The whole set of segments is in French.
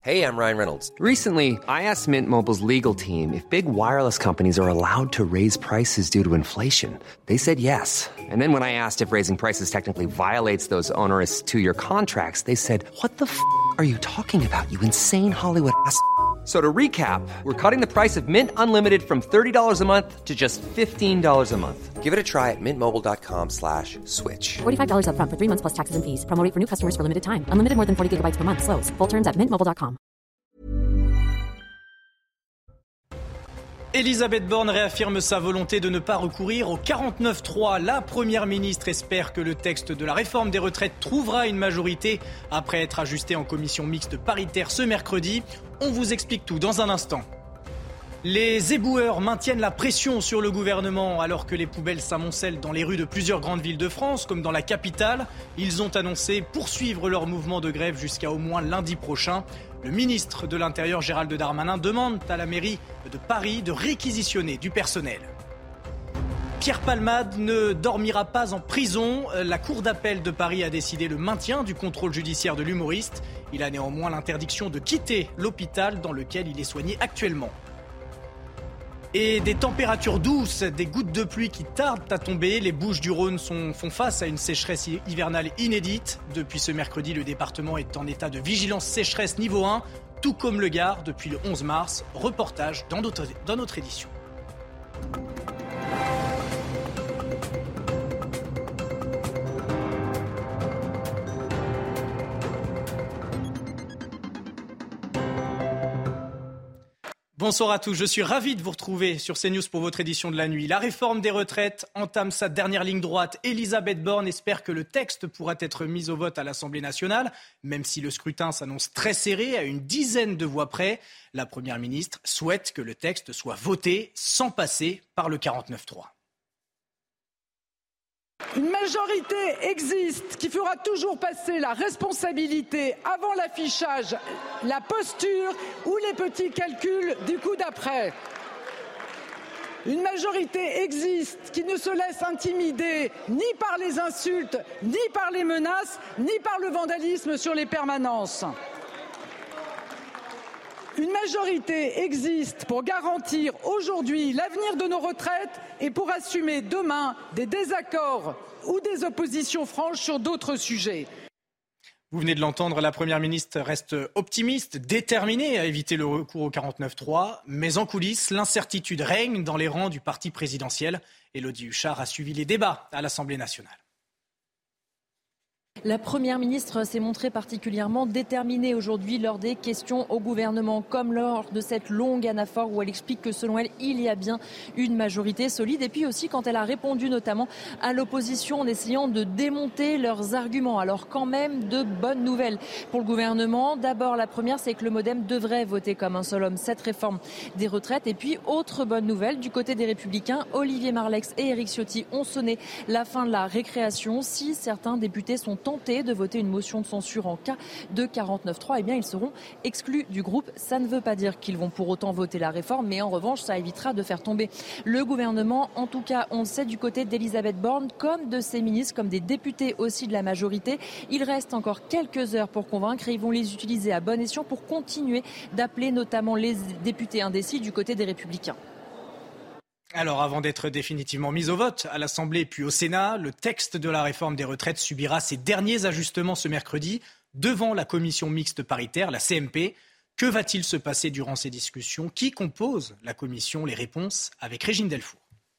Hey, I'm Ryan Reynolds. Recently, I asked Mint Mobile's legal team if big wireless companies are allowed to raise prices due to inflation. They said yes. And then when I asked if raising prices technically violates those onerous two-year contracts, they said, "What the f*** are you talking about, you insane Hollywood ass?" So to recap, we're cutting the price of Mint Unlimited from $30 a month to just $15 a month. Give it a try at mintmobile.com/switch. $45 up front for 3 months plus taxes and fees. Promo rate for new customers for limited time. Unlimited more than 40 gigabytes per month. Slows full terms at mintmobile.com. Elisabeth Borne réaffirme sa volonté de ne pas recourir au 49.3. La première ministre espère que le texte de la réforme des retraites trouvera une majorité après être ajusté en commission mixte paritaire ce mercredi. On vous explique tout dans un instant. Les éboueurs maintiennent la pression sur le gouvernement alors que les poubelles s'amoncellent dans les rues de plusieurs grandes villes de France, comme dans la capitale. Ils ont annoncé poursuivre leur mouvement de grève jusqu'à au moins lundi prochain. Le ministre de l'Intérieur, Gérald Darmanin, demande à la mairie de Paris de réquisitionner du personnel. Pierre Palmade ne dormira pas en prison. La Cour d'appel de Paris a décidé le maintien du contrôle judiciaire de l'humoriste. Il a néanmoins l'interdiction de quitter l'hôpital dans lequel il est soigné actuellement. Et des températures douces, des gouttes de pluie qui tardent à tomber. Les Bouches-du-Rhône font face à une sécheresse hivernale inédite. Depuis ce mercredi, le département est en état de vigilance sécheresse niveau 1, tout comme le Gard depuis le 11 mars. Reportage dans notre édition. Bonsoir à tous, je suis ravi de vous retrouver sur CNews pour votre édition de la nuit. La réforme des retraites entame sa dernière ligne droite. Elisabeth Borne espère que le texte pourra être mis au vote à l'Assemblée nationale, même si le scrutin s'annonce très serré, à une dizaine de voix près. La Première ministre souhaite que le texte soit voté sans passer par le 49.3. Une majorité existe qui fera toujours passer la responsabilité avant l'affichage, la posture ou les petits calculs du coup d'après. Une majorité existe qui ne se laisse intimider ni par les insultes, ni par les menaces, ni par le vandalisme sur les permanences. Une majorité existe pour garantir aujourd'hui l'avenir de nos retraites et pour assumer demain des désaccords ou des oppositions franches sur d'autres sujets. Vous venez de l'entendre, la Première ministre reste optimiste, déterminée à éviter le recours au 49.3. Mais en coulisses, l'incertitude règne dans les rangs du parti présidentiel. Élodie Huchard a suivi les débats à l'Assemblée nationale. La Première ministre s'est montrée particulièrement déterminée aujourd'hui lors des questions au gouvernement, comme lors de cette longue anaphore où elle explique que selon elle, il y a bien une majorité solide. Et puis aussi quand elle a répondu notamment à l'opposition en essayant de démonter leurs arguments. Alors quand même de bonnes nouvelles pour le gouvernement. D'abord la première, c'est que le MoDem devrait voter comme un seul homme cette réforme des retraites. Et puis autre bonne nouvelle, du côté des Républicains, Olivier Marleix et Éric Ciotti ont sonné la fin de la récréation. Si certains députés sont tentés de voter une motion de censure en cas de 49.3, eh bien ils seront exclus du groupe. Ça ne veut pas dire qu'ils vont pour autant voter la réforme, mais en revanche, ça évitera de faire tomber le gouvernement. En tout cas, on le sait du côté d'Elisabeth Borne, comme de ses ministres, comme des députés aussi de la majorité. Il reste encore quelques heures pour convaincre et ils vont les utiliser à bon escient pour continuer d'appeler notamment les députés indécis du côté des Républicains. Alors avant d'être définitivement mis au vote à l'Assemblée puis au Sénat, le texte de la réforme des retraites subira ses derniers ajustements ce mercredi devant la commission mixte paritaire, la CMP. Que va-t-il se passer durant ces discussions ? Qui compose la commission ? Les réponses avec Régine Delfour.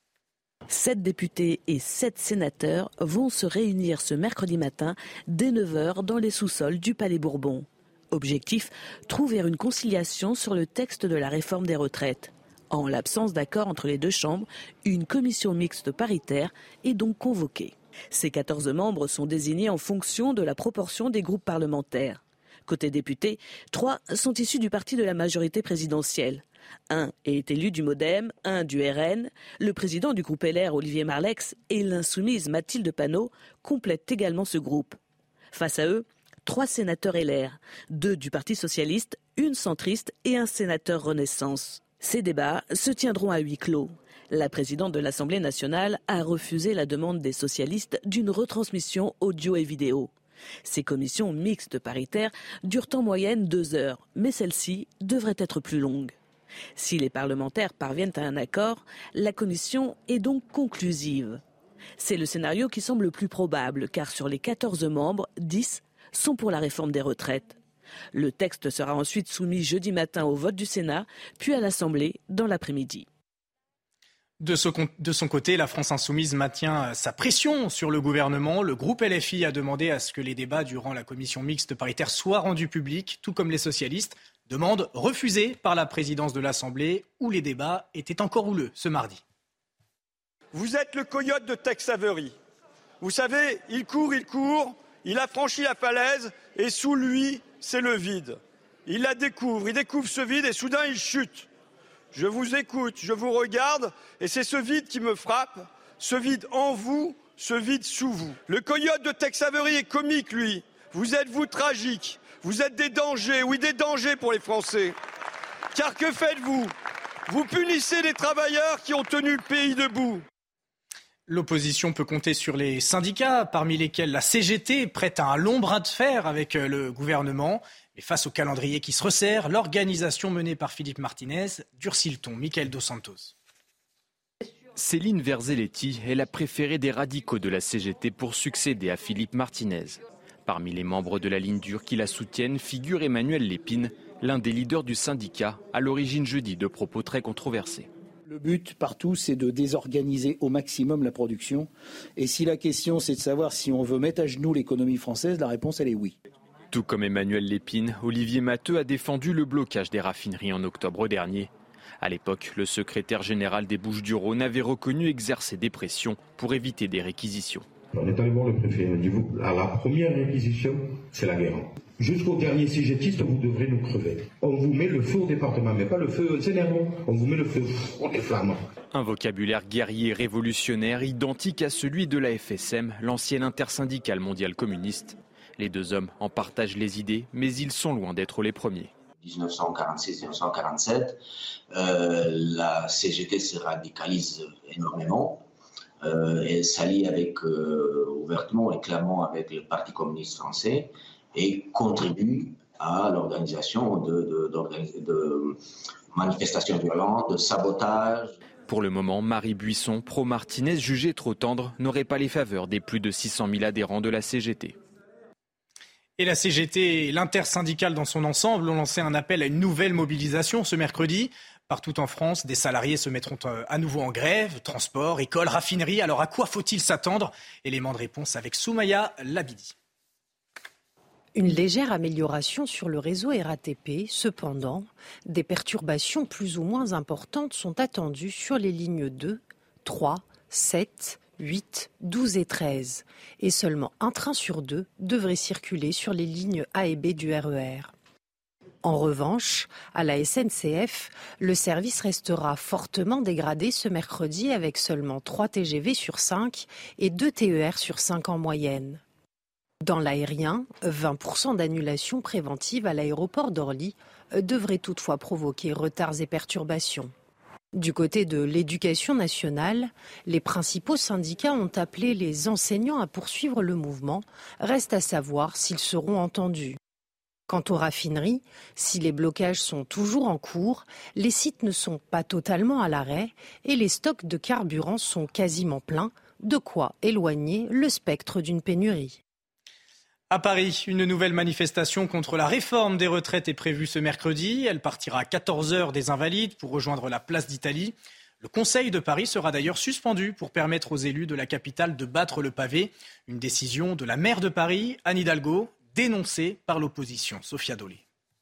7 députés et 7 sénateurs vont se réunir ce mercredi matin dès 9h dans les sous-sols du Palais Bourbon. Objectif, trouver une conciliation sur le texte de la réforme des retraites. En l'absence d'accord entre les deux chambres, une commission mixte paritaire est donc convoquée. Ces 14 membres sont désignés en fonction de la proportion des groupes parlementaires. Côté députés, 3 sont issus du parti de la majorité présidentielle. 1 est élu du MoDem, 1 du RN. Le président du groupe LR, Olivier Marleix, et l'insoumise Mathilde Panot complètent également ce groupe. Face à eux, 3 sénateurs LR, 2 du Parti socialiste, 1 centriste et 1 sénateur Renaissance. Ces débats se tiendront à huis clos. La présidente de l'Assemblée nationale a refusé la demande des socialistes d'une retransmission audio et vidéo. Ces commissions mixtes paritaires durent en moyenne 2 heures, mais celles-ci devraient être plus longues. Si les parlementaires parviennent à un accord, la commission est donc conclusive. C'est le scénario qui semble le plus probable, car sur les 14 membres, 10 sont pour la réforme des retraites. Le texte sera ensuite soumis jeudi matin au vote du Sénat, puis à l'Assemblée dans l'après-midi. De son côté, la France Insoumise maintient sa pression sur le gouvernement. Le groupe LFI a demandé à ce que les débats durant la commission mixte paritaire soient rendus publics, tout comme les socialistes. Demande refusée par la présidence de l'Assemblée, où les débats étaient encore houleux ce mardi. Vous êtes le coyote de Tex Avery. Vous savez, il court, il a franchi la falaise et sous lui, c'est le vide. Il découvre ce vide et soudain il chute. Je vous écoute, je vous regarde et c'est ce vide qui me frappe, ce vide en vous, ce vide sous vous. Le coyote de Tex Avery est comique, lui. Vous êtes, vous, tragique. Vous êtes des dangers, oui, des dangers pour les Français. Car que faites-vous ? Vous punissez les travailleurs qui ont tenu le pays debout. L'opposition peut compter sur les syndicats, parmi lesquels la CGT, prête à un long bras de fer avec le gouvernement. Mais face au calendrier qui se resserre, l'organisation menée par Philippe Martinez durcit le ton. Mickaël Dos Santos. Céline Verzelletti est la préférée des radicaux de la CGT pour succéder à Philippe Martinez. Parmi les membres de la ligne dure qui la soutiennent figure Emmanuel Lépine, l'un des leaders du syndicat, à l'origine jeudi de propos très controversés. Le but partout, c'est de désorganiser au maximum la production. Et si la question, c'est de savoir si on veut mettre à genoux l'économie française, la réponse, elle est oui. Tout comme Emmanuel Lépine, Olivier Matteux a défendu le blocage des raffineries en octobre dernier. À l'époque, le secrétaire général des Bouches-du-Rhône avait reconnu exercer des pressions pour éviter des réquisitions. On est allé voir le préfet, il m'a dit, à la première réquisition, c'est la guerre. Jusqu'au dernier CGTiste, vous devrez nous crever. On vous met le feu au département, mais pas le feu Sénérement, on vous met le feu, on est flammant. Un vocabulaire guerrier révolutionnaire identique à celui de la FSM, l'ancienne intersyndicale mondiale communiste. Les deux hommes en partagent les idées, mais ils sont loin d'être les premiers. 1946-1947, la CGT se radicalise énormément. Elle s'allie ouvertement et clairement avec le Parti communiste français et contribue à l'organisation de manifestations violentes, de sabotage. Pour le moment, Marie Buisson, pro-Martinez, jugée trop tendre, n'aurait pas les faveurs des plus de 600 000 adhérents de la CGT. Et la CGT et l'intersyndicale dans son ensemble ont lancé un appel à une nouvelle mobilisation ce mercredi. Partout en France, des salariés se mettront à nouveau en grève, transport, école, raffinerie. Alors à quoi faut-il s'attendre ? Élément de réponse avec Soumaya Labidi. Une légère amélioration sur le réseau RATP. Cependant, des perturbations plus ou moins importantes sont attendues sur les lignes 2, 3, 7, 8, 12 et 13. Et seulement un train sur 2 devrait circuler sur les lignes A et B du RER. En revanche, à la SNCF, le service restera fortement dégradé ce mercredi avec seulement 3 TGV sur 5 et 2 TER sur 5 en moyenne. Dans l'aérien, 20% d'annulations préventives à l'aéroport d'Orly devraient toutefois provoquer retards et perturbations. Du côté de l'éducation nationale, les principaux syndicats ont appelé les enseignants à poursuivre le mouvement. Reste à savoir s'ils seront entendus. Quant aux raffineries, si les blocages sont toujours en cours, les sites ne sont pas totalement à l'arrêt et les stocks de carburant sont quasiment pleins, de quoi éloigner le spectre d'une pénurie. À Paris, une nouvelle manifestation contre la réforme des retraites est prévue ce mercredi. Elle partira à 14h des Invalides pour rejoindre la place d'Italie. Le Conseil de Paris sera d'ailleurs suspendu pour permettre aux élus de la capitale de battre le pavé. Une décision de la maire de Paris, Anne Hidalgo, dénoncée par l'opposition. Sophia Dolé.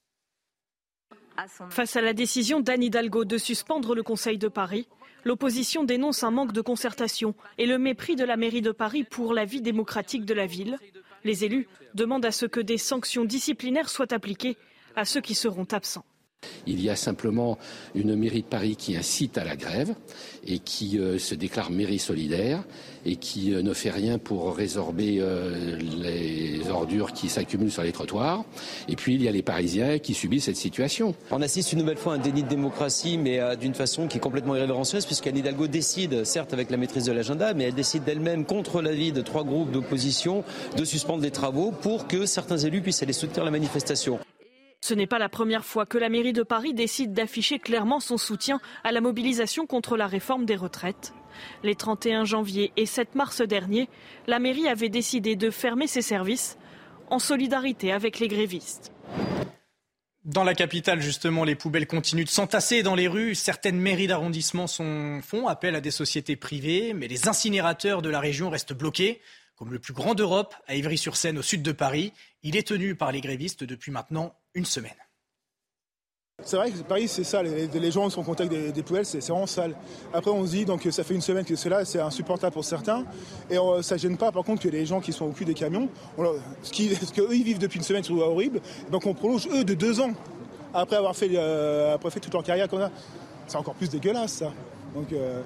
Face à la décision d'Anne Hidalgo de suspendre le Conseil de Paris, l'opposition dénonce un manque de concertation et le mépris de la mairie de Paris pour la vie démocratique de la ville. Les élus demandent à ce que des sanctions disciplinaires soient appliquées à ceux qui seront absents. Il y a simplement une mairie de Paris qui incite à la grève et qui se déclare mairie solidaire et qui ne fait rien pour résorber les ordures qui s'accumulent sur les trottoirs. Et puis il y a les Parisiens qui subissent cette situation. On assiste une nouvelle fois à un déni de démocratie, mais d'une façon qui est complètement irrévérencieuse, puisqu'Anne Hidalgo décide, certes avec la maîtrise de l'agenda, mais elle décide d'elle-même, contre l'avis de 3 groupes d'opposition, de suspendre les travaux pour que certains élus puissent aller soutenir la manifestation. Ce n'est pas la première fois que la mairie de Paris décide d'afficher clairement son soutien à la mobilisation contre la réforme des retraites. Les 31 janvier et 7 mars dernier, la mairie avait décidé de fermer ses services en solidarité avec les grévistes. Dans la capitale, justement, les poubelles continuent de s'entasser dans les rues. Certaines mairies d'arrondissement font appel à des sociétés privées, mais les incinérateurs de la région restent bloqués. Comme le plus grand d'Europe, à Ivry-sur-Seine, au sud de Paris, il est tenu par les grévistes depuis maintenant une semaine. C'est vrai que Paris, c'est ça, les gens sont en contact des poubelles, c'est vraiment sale. Après, on se dit, donc ça fait une semaine que cela, c'est insupportable pour certains. Et ça ne gêne pas, par contre, que les gens qui sont au cul des camions, ce qu'eux, ils vivent depuis une semaine, c'est horrible. Donc on prolonge, eux, de 2 ans, après avoir fait toute leur carrière comme ça. C'est encore plus dégueulasse, ça. Donc,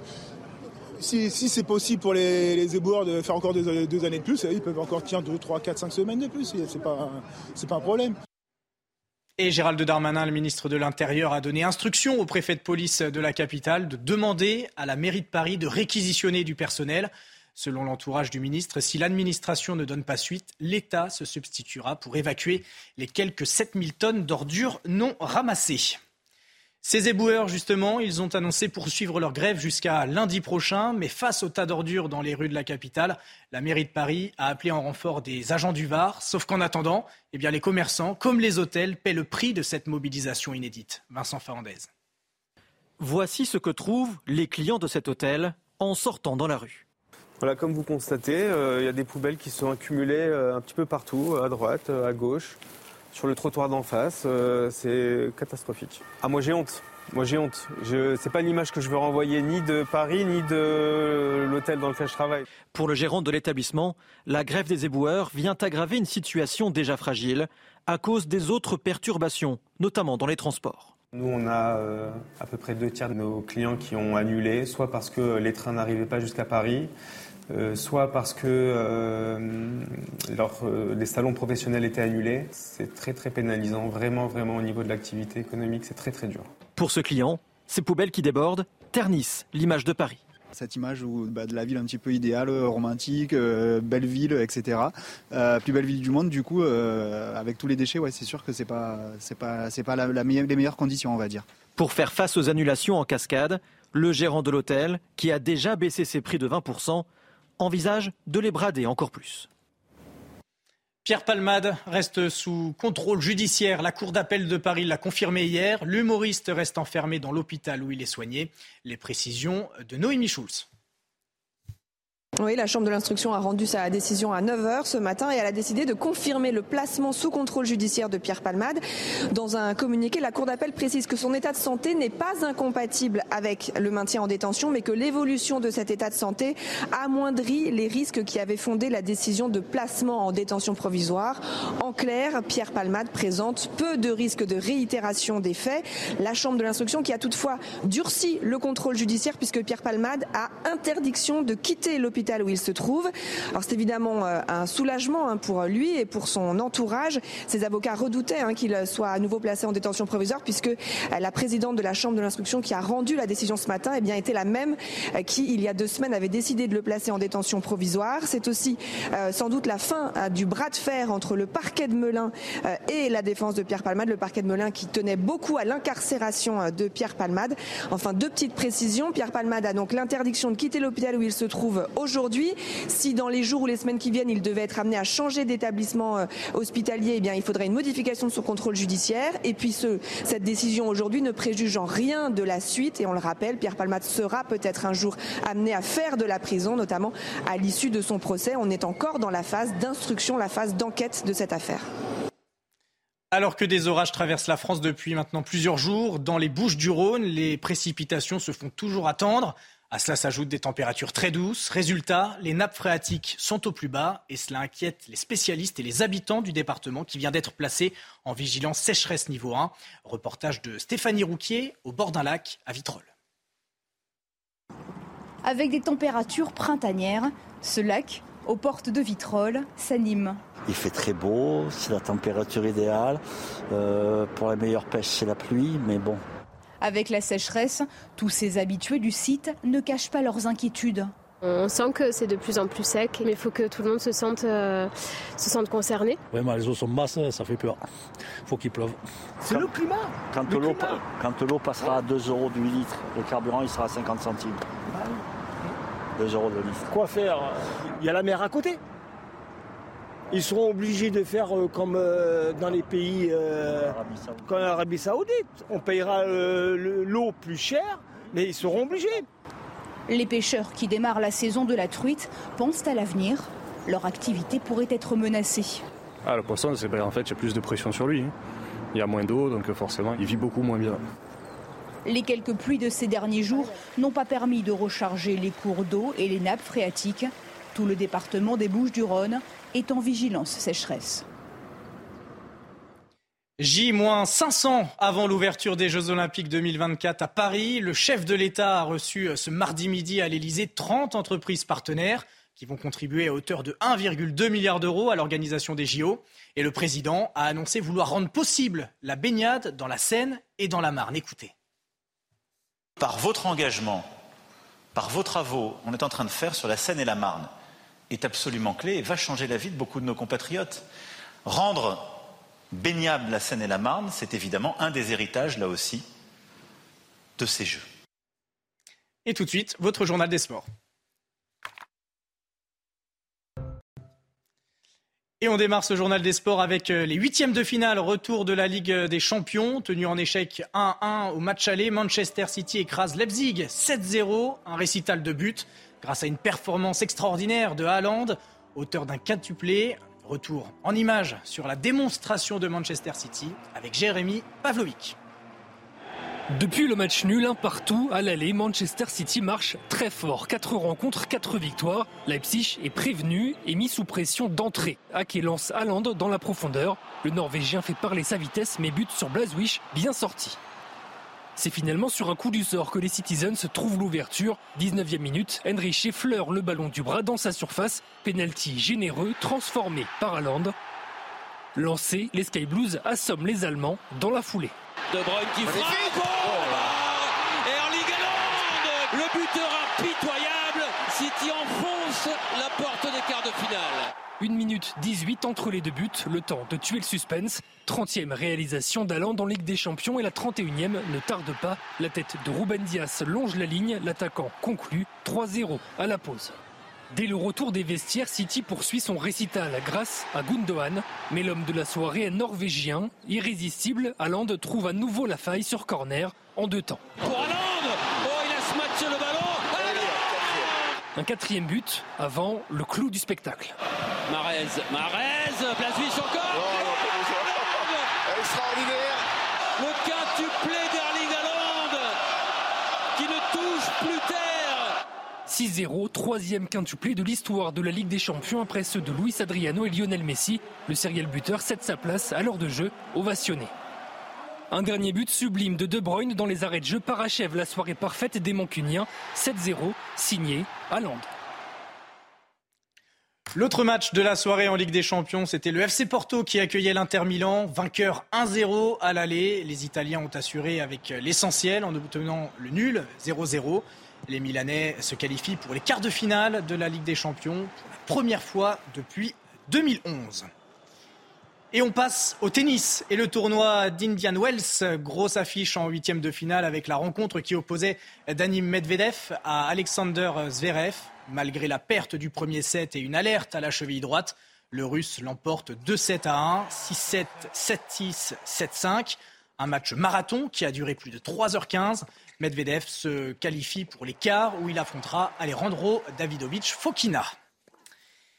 si c'est possible pour les éboueurs de faire encore 2 années de plus, ils peuvent encore tenir 2, 3, 4, 5 semaines de plus. C'est pas un problème. Et Gérald Darmanin, le ministre de l'Intérieur, a donné instruction au préfet de police de la capitale de demander à la mairie de Paris de réquisitionner du personnel. Selon l'entourage du ministre, si l'administration ne donne pas suite, l'État se substituera pour évacuer les quelques 7000 tonnes d'ordures non ramassées. Ces éboueurs, justement, ils ont annoncé poursuivre leur grève jusqu'à lundi prochain. Mais face au tas d'ordures dans les rues de la capitale, la mairie de Paris a appelé en renfort des agents du Var. Sauf qu'en attendant, les commerçants, comme les hôtels, paient le prix de cette mobilisation inédite. Vincent Farandez. Voici ce que trouvent les clients de cet hôtel en sortant dans la rue. Voilà, comme vous constatez, il y a des poubelles qui sont accumulées un petit peu partout, à droite, à gauche. Sur le trottoir d'en face, c'est catastrophique. Ah, moi j'ai honte. C'est pas l'image que je veux renvoyer ni de Paris, ni de l'hôtel dans lequel je travaille. Pour le gérant de l'établissement, la grève des éboueurs vient aggraver une situation déjà fragile à cause des autres perturbations, notamment dans les transports. Nous, on a à peu près 2/3 de nos clients qui ont annulé, soit parce que les trains n'arrivaient pas jusqu'à Paris, soit parce que les salons professionnels étaient annulés. C'est très très pénalisant, vraiment au niveau de l'activité économique, c'est très très dur. Pour ce client, ces poubelles qui débordent ternissent l'image de Paris. Cette image de la ville un petit peu idéale, romantique, belle ville, etc. Plus belle ville du monde, du coup, avec tous les déchets, c'est sûr que c'est pas les meilleures conditions, on va dire. Pour faire face aux annulations en cascade, le gérant de l'hôtel, qui a déjà baissé ses prix de 20%, envisage de les brader encore plus. Pierre Palmade reste sous contrôle judiciaire. La Cour d'appel de Paris l'a confirmé hier. L'humoriste reste enfermé dans l'hôpital où il est soigné. Les précisions de Noémie Schulz. Oui, la Chambre de l'instruction a rendu sa décision à 9h ce matin et elle a décidé de confirmer le placement sous contrôle judiciaire de Pierre Palmade. Dans un communiqué, la Cour d'appel précise que son état de santé n'est pas incompatible avec le maintien en détention, mais que l'évolution de cet état de santé amoindrit les risques qui avaient fondé la décision de placement en détention provisoire. En clair, Pierre Palmade présente peu de risques de réitération des faits. La Chambre de l'instruction qui a toutefois durci le contrôle judiciaire puisque Pierre Palmade a interdiction de quitter l'hôpital où il se trouve. Alors c'est évidemment un soulagement pour lui et pour son entourage. Ses avocats redoutaient qu'il soit à nouveau placé en détention provisoire puisque la présidente de la Chambre de l'instruction qui a rendu la décision ce matin était la même qui, il y a 2 semaines, avait décidé de le placer en détention provisoire. C'est aussi sans doute la fin du bras de fer entre le parquet de Melun et la défense de Pierre Palmade. Le parquet de Melun qui tenait beaucoup à l'incarcération de Pierre Palmade. Enfin, 2 petites précisions. Pierre Palmade a donc l'interdiction de quitter l'hôpital où il se trouve aujourd'hui. Si dans les jours ou les semaines qui viennent, il devait être amené à changer d'établissement hospitalier, il faudrait une modification de son contrôle judiciaire. Et puis cette décision aujourd'hui ne préjuge en rien de la suite. Et on le rappelle, Pierre Palmade sera peut-être un jour amené à faire de la prison, notamment à l'issue de son procès. On est encore dans la phase d'instruction, la phase d'enquête de cette affaire. Alors que des orages traversent la France depuis maintenant plusieurs jours, dans les Bouches-du-Rhône, les précipitations se font toujours attendre. À cela s'ajoutent des températures très douces. Résultat, les nappes phréatiques sont au plus bas et cela inquiète les spécialistes et les habitants du département qui vient d'être placé en vigilance sécheresse niveau 1. Reportage de Stéphanie Rouquier au bord d'un lac à Vitrolles. Avec des températures printanières, ce lac, aux portes de Vitrolles, s'anime. Il fait très beau, c'est la température idéale. Pour la meilleure pêche, c'est la pluie, mais bon. Avec la sécheresse, tous ces habitués du site ne cachent pas leurs inquiétudes. On sent que c'est de plus en plus sec, mais il faut que tout le monde se sente concerné. Vraiment, les eaux sont basses, ça fait peur. Il faut qu'il pleuve. C'est le climat. Quand l'eau passera à 2 € du litre, le carburant il sera à 50 centimes. 2 € de litre. Quoi faire? Il y a la mer à côté. Ils seront obligés de faire comme dans les pays comme l'Arabie Saoudite. On payera l'eau plus cher, mais ils seront obligés. Les pêcheurs qui démarrent la saison de la truite pensent à l'avenir. Leur activité pourrait être menacée. Le poisson, en fait, j'ai plus de pression sur lui. Il y a moins d'eau, donc forcément, il vit beaucoup moins bien. Les quelques pluies de ces derniers jours n'ont pas permis de recharger les cours d'eau et les nappes phréatiques. Tout le département des Bouches-du-Rhône est en vigilance sécheresse. J-500 avant l'ouverture des Jeux Olympiques 2024 à Paris. Le chef de l'État a reçu ce mardi midi à l'Elysée 30 entreprises partenaires qui vont contribuer à hauteur de 1,2 milliard d'euros à l'organisation des JO. Et le président a annoncé vouloir rendre possible la baignade dans la Seine et dans la Marne. Écoutez. Par votre engagement, par vos travaux, on est en train de faire sur la Seine et la Marne est absolument clé et va changer la vie de beaucoup de nos compatriotes. Rendre baignable la Seine et la Marne, c'est évidemment un des héritages, là aussi, de ces Jeux. Et tout de suite, votre journal des sports. Et on démarre ce journal des sports avec les huitièmes de finale, retour de la Ligue des Champions, tenu en échec 1-1 au match aller. Manchester City écrase Leipzig 7-0, un récital de buts grâce à une performance extraordinaire de Haaland, auteur d'un quintuplé. Retour en images sur la démonstration de Manchester City avec Jérémy Pavlovic. Depuis le match nul, un partout, à l'aller, Manchester City marche très fort. 4 rencontres, 4 victoires. Leipzig est prévenu et mis sous pression d'entrée. Ake lance Haaland dans la profondeur. Le Norvégien fait parler sa vitesse mais bute sur Blažević, bien sorti. C'est finalement sur un coup du sort que les Citizens trouvent l'ouverture. 19e minute, Henrich effleure le ballon du bras dans sa surface. Penalty généreux, transformé par Haaland. Lancé, les Sky Blues assomment les Allemands dans la foulée. De Bruyne qui frappe. Erling Haaland, le buteur impitoyable. City enfonce la porte des quarts de finale. 1 minute 18 entre les deux buts, le temps de tuer le suspense. 30e réalisation d'Haaland en Ligue des Champions et la 31e ne tarde pas. La tête de Ruben Dias longe la ligne, l'attaquant conclut 3-0 à la pause. Dès le retour des vestiaires, City poursuit son récital grâce à Gundogan. Mais l'homme de la soirée est norvégien. Irrésistible, Haaland trouve à nouveau la faille sur corner en 2 temps. Pour Haaland, il a smatché le ballon. Un 4e but avant le clou du spectacle. Mahrez, Blažević encore. Extraordinaire. Le quintuplé d'Erling Haaland qui ne touche plus terre. 6-0, 3e quintuplé de l'histoire de la Ligue des Champions après ceux de Luis Adriano et Lionel Messi. Le serial buteur cède sa place à l'heure de jeu, ovationné. Un dernier but sublime de De Bruyne dans les arrêts de jeu parachève la soirée parfaite des Mancuniens. 7-0, signé Haaland. L'autre match de la soirée en Ligue des Champions, c'était le FC Porto qui accueillait l'Inter Milan, vainqueur 1-0 à l'aller. Les Italiens ont assuré avec l'essentiel en obtenant le nul, 0-0. Les Milanais se qualifient pour les quarts de finale de la Ligue des Champions pour la première fois depuis 2011. Et on passe au tennis et le tournoi d'Indian Wells. Grosse affiche en 8e de finale avec la rencontre qui opposait Dani Medvedev à Alexander Zverev. Malgré la perte du premier set et une alerte à la cheville droite, le Russe l'emporte 2-7-1, 6-7, 7-6, 7-5. Un match marathon qui a duré plus de 3h15. Medvedev se qualifie pour les quarts où il affrontera Alejandro Davidovich Fokina.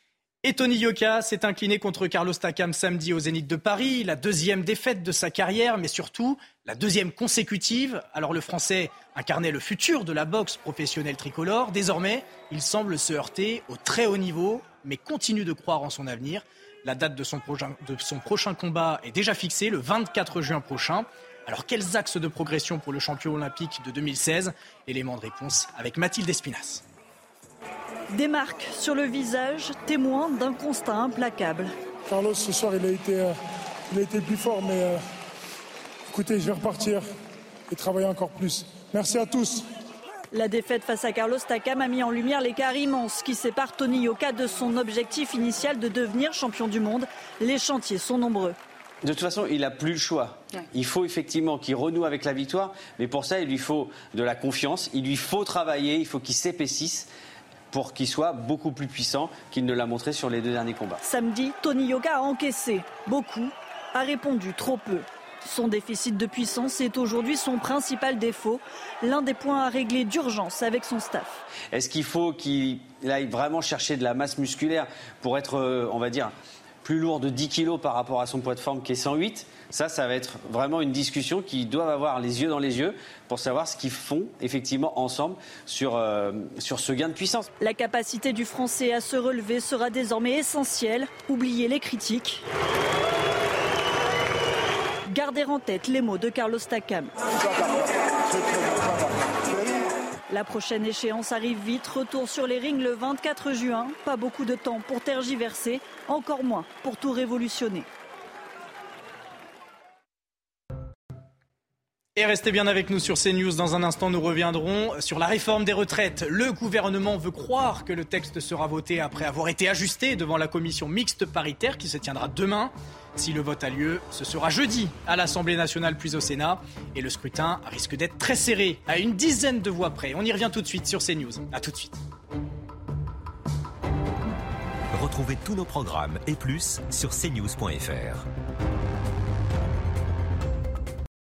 Et Tony Yoka s'est incliné contre Carlos Takam samedi au Zénith de Paris. La deuxième défaite de sa carrière, mais surtout la deuxième consécutive. Alors le Français incarnait le futur de la boxe professionnelle tricolore. Désormais, il semble se heurter au très haut niveau, mais continue de croire en son avenir. La date de son prochain combat est déjà fixée, le 24 juin prochain. Alors quels axes de progression pour le champion olympique de 2016 ? Élément de réponse avec Mathilde Espinas. Des marques sur le visage, témoins d'un constat implacable. Carlos, ce soir, il a été plus fort, mais écoutez, je vais repartir et travailler encore plus. Merci à tous. La défaite face à Carlos Takam a mis en lumière l'écart immense qui sépare Tony Yoka de son objectif initial de devenir champion du monde. Les chantiers sont nombreux. De toute façon, il n'a plus le choix. Il faut effectivement qu'il renoue avec la victoire, mais pour ça, il lui faut de la confiance, il lui faut travailler, il faut qu'il s'épaississe pour qu'il soit beaucoup plus puissant qu'il ne l'a montré sur les 2 derniers combats. Samedi, Tony Yoka a encaissé beaucoup, a répondu trop peu. Son déficit de puissance est aujourd'hui son principal défaut, l'un des points à régler d'urgence avec son staff. Est-ce qu'il faut qu'il aille vraiment chercher de la masse musculaire pour être, on va dire, plus lourd de 10 kilos par rapport à son poids de forme qui est 108 ? Ça va être vraiment une discussion qu'ils doivent avoir les yeux dans les yeux pour savoir ce qu'ils font effectivement ensemble sur ce gain de puissance. La capacité du Français à se relever sera désormais essentielle. Oubliez les critiques. Gardez en tête les mots de Carlos Takam. La prochaine échéance arrive vite. Retour sur les rings le 24 juin. Pas beaucoup de temps pour tergiverser, encore moins pour tout révolutionner. Et restez bien avec nous sur CNews. Dans un instant, nous reviendrons sur la réforme des retraites. Le gouvernement veut croire que le texte sera voté après avoir été ajusté devant la commission mixte paritaire qui se tiendra demain. Si le vote a lieu, ce sera jeudi à l'Assemblée nationale puis au Sénat. Et le scrutin risque d'être très serré, à une dizaine de voix près. On y revient tout de suite sur CNews. A tout de suite. Retrouvez tous nos programmes et plus sur cnews.fr.